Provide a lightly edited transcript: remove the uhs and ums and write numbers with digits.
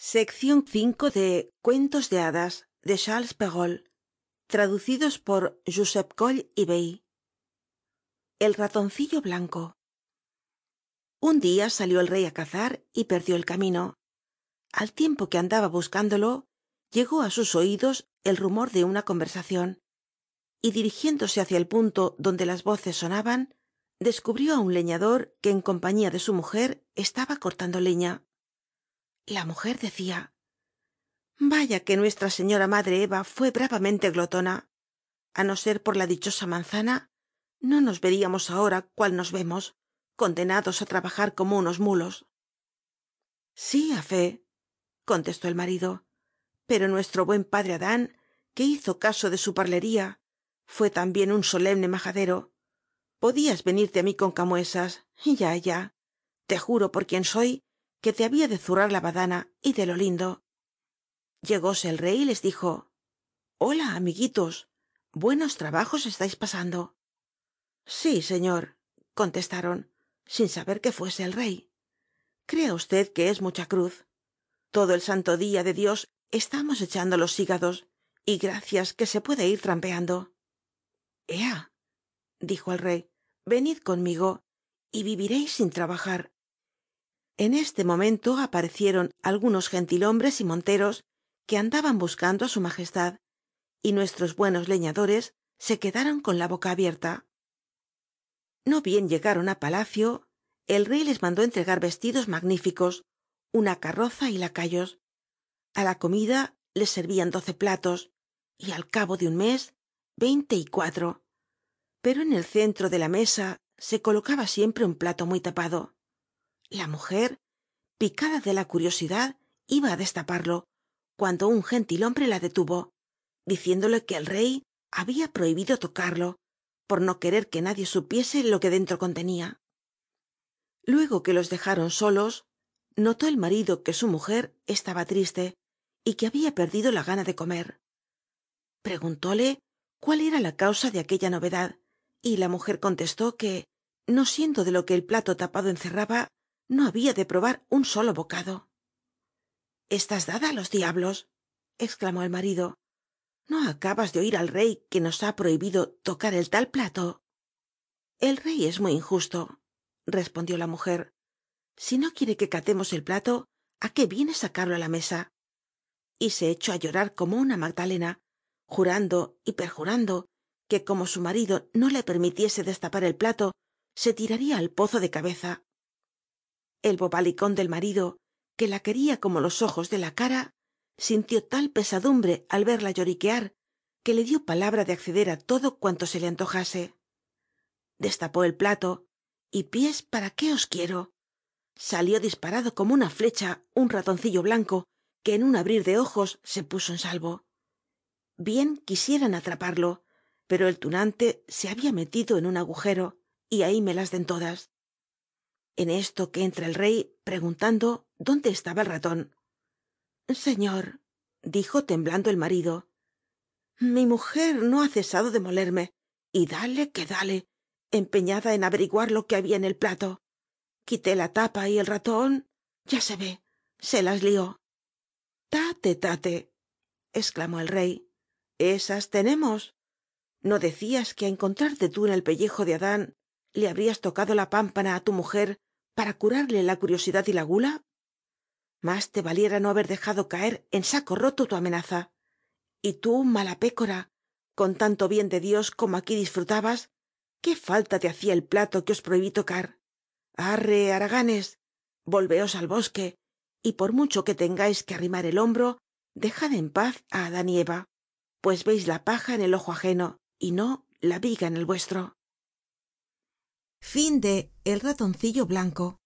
Sección 5 de Cuentos de hadas de Charles Perrault, traducidos por Josep Coll y Vey. El ratoncillo blanco. Un día salió el rey a cazar y perdió el camino. Al tiempo que andaba buscándolo, llegó a sus oídos el rumor de una conversación, y dirigiéndose hacia el punto donde las voces sonaban, descubrió a un leñador que en compañía de su mujer estaba cortando leña. La mujer decía: «Vaya que nuestra señora madre Eva fue bravamente glotona. A no ser por la dichosa manzana, no nos veríamos ahora cual nos vemos, condenados a trabajar como unos mulos». «Sí, a fe», contestó el marido, «pero nuestro buen padre Adán, que hizo caso de su parlería, fue también un solemne majadero. Podías venirte a mí con camuesas, y ya, te juro por quien soy, que te había de zurrar la badana, y de lo lindo». Llegóse el rey y les dijo: «Hola, amiguitos, buenos trabajos estáis pasando». «Sí, señor», contestaron, sin saber que fuese el rey. «Crea usted que es mucha cruz. Todo el santo día de Dios estamos echando los hígados, y gracias que se puede ir trampeando». «Ea», dijo el rey, «venid conmigo, y viviréis sin trabajar». En este momento aparecieron algunos gentilhombres y monteros que andaban buscando a su majestad, y nuestros buenos leñadores se quedaron con la boca abierta. No bien llegaron a palacio, el rey les mandó entregar vestidos magníficos, una carroza y lacayos. A la comida les servían 12 platos, y al cabo de un mes 24. Pero en el centro de la mesa se colocaba siempre un plato muy tapado. La mujer, picada de la curiosidad, iba a destaparlo, cuando un gentilhombre la detuvo, diciéndole que el rey había prohibido tocarlo, por no querer que nadie supiese lo que dentro contenía. Luego que los dejaron solos, notó el marido que su mujer estaba triste y que había perdido la gana de comer. Preguntóle cuál era la causa de aquella novedad, y la mujer contestó que, no siendo de lo que el plato tapado encerraba, no había de probar un solo bocado. «Estás dada a los diablos», exclamó el marido. «¿No acabas de oír al rey que nos ha prohibido tocar el tal plato?» «El rey es muy injusto», respondió la mujer. «Si no quiere que catemos el plato, ¿a qué viene sacarlo a la mesa?» Y se echó a llorar como una Magdalena, jurando y perjurando que, como su marido no le permitiese destapar el plato, se tiraría al pozo de cabeza. El bobalicón del marido, que la quería como los ojos de la cara, sintió tal pesadumbre al verla lloriquear, que le dio palabra de acceder a todo cuanto se le antojase. Destapó el plato, y pies para qué os quiero. Salió disparado como una flecha un ratoncillo blanco, que en un abrir de ojos se puso en salvo. Bien quisieran atraparlo, pero el tunante se había metido en un agujero, y ahí me las den todas. En esto que entra el rey, preguntando dónde estaba el ratón. «Señor», dijo temblando el marido, «mi mujer no ha cesado de molerme, y dale que dale, empeñada en averiguar lo que había en el plato. Quité la tapa y el ratón, ya se ve, se las lió». «Tate», exclamó el rey, «esas tenemos. ¿No decías que a encontrarte tú en el pellejo de Adán le habrías tocado la pámpana a tu mujer para curarle la curiosidad y la gula? Más te valiera no haber dejado caer en saco roto tu amenaza. Y tú, mala pécora, con tanto bien de Dios como aquí disfrutabas, ¿qué falta te hacía el plato que os prohibí tocar? Arre, haraganes, volveos al bosque, y por mucho que tengáis que arrimar el hombro, dejad en paz a Adán y Eva, pues veis la paja en el ojo ajeno, y no la viga en el vuestro». El ratoncillo blanco.